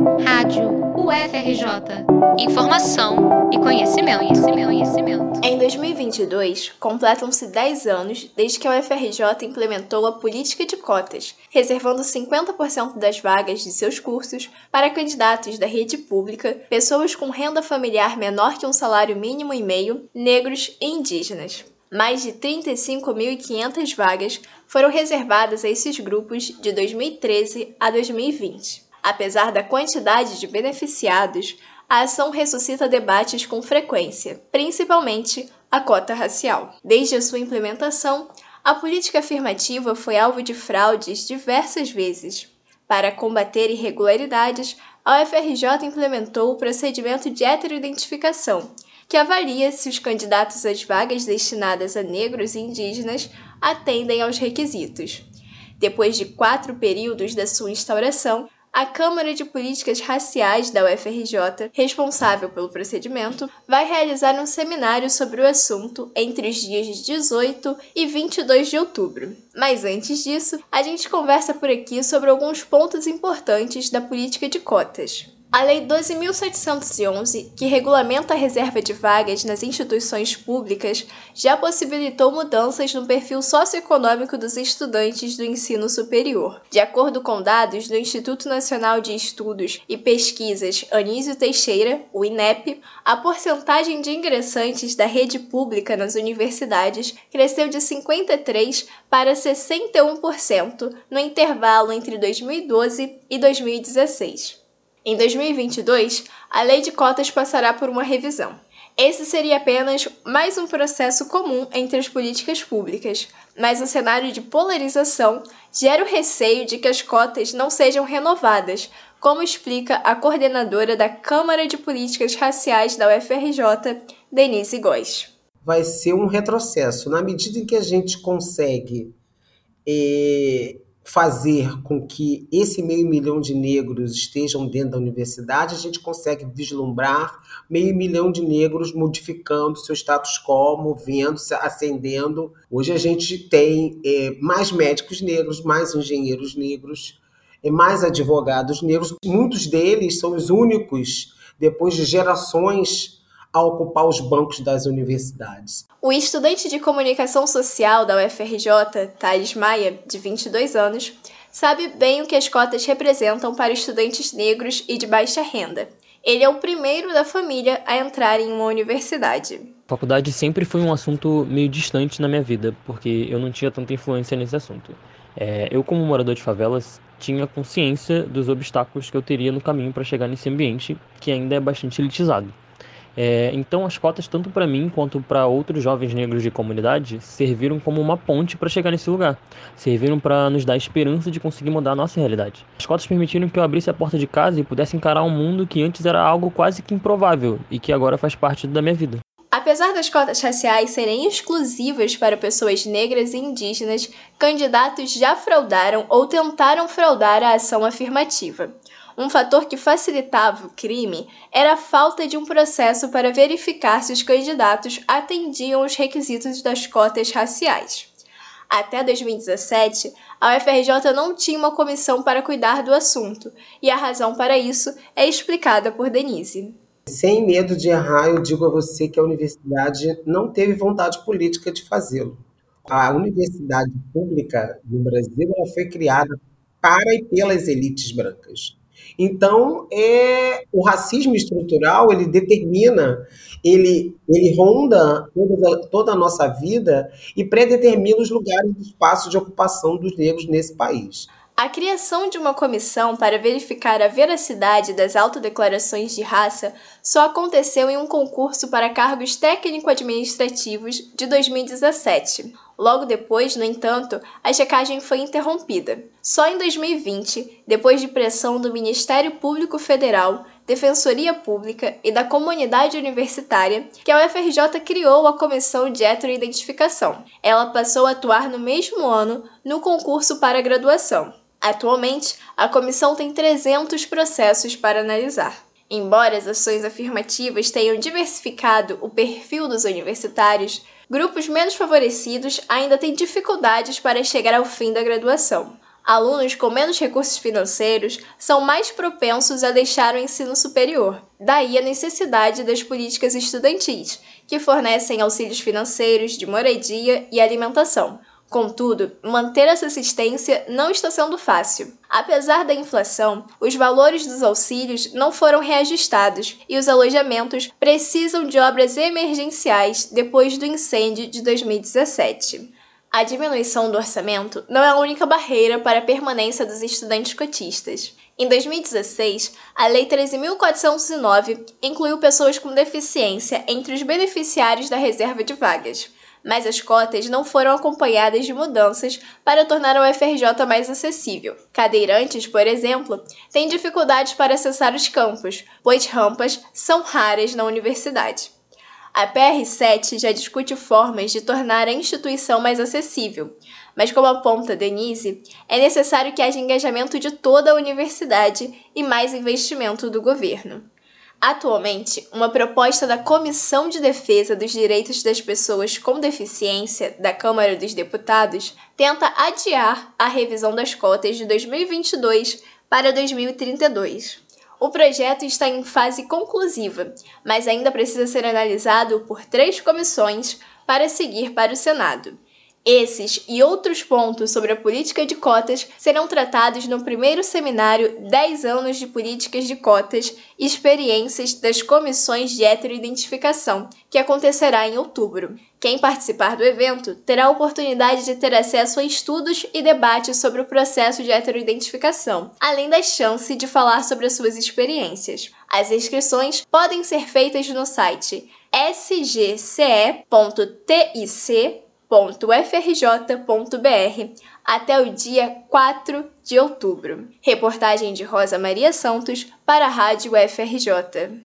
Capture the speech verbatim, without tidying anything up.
Rádio U F R J. Informação e conhecimento, conhecimento, conhecimento. Em dois mil e vinte e dois, completam-se dez anos desde que a U F R J implementou a política de cotas, reservando cinquenta por cento das vagas de seus cursos para candidatos da rede pública, pessoas com renda familiar menor que um salário mínimo e meio, negros e indígenas. Mais de trinta e cinco mil e quinhentas vagas foram reservadas a esses grupos de dois mil e treze a dois mil e vinte. Apesar da quantidade de beneficiados, a ação ressuscita debates com frequência, principalmente a cota racial. Desde a sua implementação, a política afirmativa foi alvo de fraudes diversas vezes. Para combater irregularidades, a U F R J implementou o procedimento de heteroidentificação, que avalia se os candidatos às vagas destinadas a negros e indígenas atendem aos requisitos. Depois de quatro períodos da sua instauração, a Câmara de Políticas Raciais da U F R J, responsável pelo procedimento, vai realizar um seminário sobre o assunto entre os dias dezoito e vinte e dois de outubro. Mas antes disso, a gente conversa por aqui sobre alguns pontos importantes da política de cotas. A Lei doze mil setecentos e onze, que regulamenta a reserva de vagas nas instituições públicas, já possibilitou mudanças no perfil socioeconômico dos estudantes do ensino superior. De acordo com dados do Instituto Nacional de Estudos e Pesquisas Anísio Teixeira, o INEP, a porcentagem de ingressantes da rede pública nas universidades cresceu de cinquenta e três por cento para sessenta e um por cento no intervalo entre dois mil e doze e dois mil e dezesseis. Em dois mil e vinte e dois, a lei de cotas passará por uma revisão. Esse seria apenas mais um processo comum entre as políticas públicas, mas o cenário de polarização gera o receio de que as cotas não sejam renovadas, como explica a coordenadora da Câmara de Políticas Raciais da U F R J, Denise Góes. Vai ser um retrocesso. Na medida em que a gente consegue é, fazer com que esse meio milhão de negros estejam dentro da universidade, a gente consegue vislumbrar meio milhão de negros modificando seu status quo, movendo-se, ascendendo. Hoje a gente tem é, mais médicos negros, mais engenheiros negros, é, mais advogados negros. Muitos deles são os únicos, depois de gerações, a ocupar os bancos das universidades. O estudante de comunicação social da U F R J, Thales Maia, de vinte e dois anos, sabe bem o que as cotas representam para estudantes negros e de baixa renda. Ele é o primeiro da família a entrar em uma universidade. A faculdade sempre foi um assunto meio distante na minha vida, porque eu não tinha tanta influência nesse assunto. É, eu, como morador de favelas, tinha consciência dos obstáculos que eu teria no caminho para chegar nesse ambiente, que ainda é bastante elitizado. É, então as cotas, tanto para mim quanto para outros jovens negros de comunidade, serviram como uma ponte para chegar nesse lugar. Serviram para nos dar esperança de conseguir mudar a nossa realidade. As cotas permitiram que eu abrisse a porta de casa e pudesse encarar um mundo que antes era algo quase que improvável e que agora faz parte da minha vida. Apesar das cotas raciais serem exclusivas para pessoas negras e indígenas, candidatos já fraudaram ou tentaram fraudar a ação afirmativa. Um fator que facilitava o crime era a falta de um processo para verificar se os candidatos atendiam os requisitos das cotas raciais. Até dois mil e dezessete, a U F R J não tinha uma comissão para cuidar do assunto, e a razão para isso é explicada por Denise. Sem medo de errar, eu digo a você que a universidade não teve vontade política de fazê-lo. A universidade pública no Brasil ela foi criada para e pelas elites brancas. Então, é, o racismo estrutural, ele determina, ele, ele ronda toda, toda a nossa vida e predetermina os lugares e espaços de ocupação dos negros nesse país. A criação de uma comissão para verificar a veracidade das autodeclarações de raça só aconteceu em um concurso para cargos técnico-administrativos de dois mil e dezessete. Logo depois, no entanto, a checagem foi interrompida. Só em dois mil e vinte, depois de pressão do Ministério Público Federal, Defensoria Pública e da comunidade universitária, que a U F R J criou a Comissão de Heteroidentificação. Ela passou a atuar no mesmo ano no concurso para graduação. Atualmente, a comissão tem trezentos processos para analisar. Embora as ações afirmativas tenham diversificado o perfil dos universitários, grupos menos favorecidos ainda têm dificuldades para chegar ao fim da graduação. Alunos com menos recursos financeiros são mais propensos a deixar o ensino superior. Daí a necessidade das políticas estudantis, que fornecem auxílios financeiros de moradia e alimentação. Contudo, manter essa assistência não está sendo fácil. Apesar da inflação, os valores dos auxílios não foram reajustados e os alojamentos precisam de obras emergenciais depois do incêndio de dois mil e dezessete. A diminuição do orçamento não é a única barreira para a permanência dos estudantes cotistas. Em dois mil e dezesseis, a Lei treze mil quatrocentos e nove incluiu pessoas com deficiência entre os beneficiários da reserva de vagas, mas as cotas não foram acompanhadas de mudanças para tornar a U F R J mais acessível. Cadeirantes, por exemplo, têm dificuldades para acessar os campos, pois rampas são raras na universidade. A P R sete já discute formas de tornar a instituição mais acessível, mas como aponta Denise, é necessário que haja engajamento de toda a universidade e mais investimento do governo. Atualmente, uma proposta da Comissão de Defesa dos Direitos das Pessoas com Deficiência da Câmara dos Deputados tenta adiar a revisão das cotas de dois mil e vinte e dois para dois mil e trinta e dois. O projeto está em fase conclusiva, mas ainda precisa ser analisado por três comissões para seguir para o Senado. Esses e outros pontos sobre a política de cotas serão tratados no primeiro seminário dez anos de Políticas de Cotas e Experiências das Comissões de Heteroidentificação, que acontecerá em outubro. Quem participar do evento terá a oportunidade de ter acesso a estudos e debates sobre o processo de heteroidentificação, além da chance de falar sobre as suas experiências. As inscrições podem ser feitas no site s g c e ponto t i c ponto f r j ponto b r até o dia quatro de outubro. Reportagem de Rosa Maria Santos para a Rádio F R J.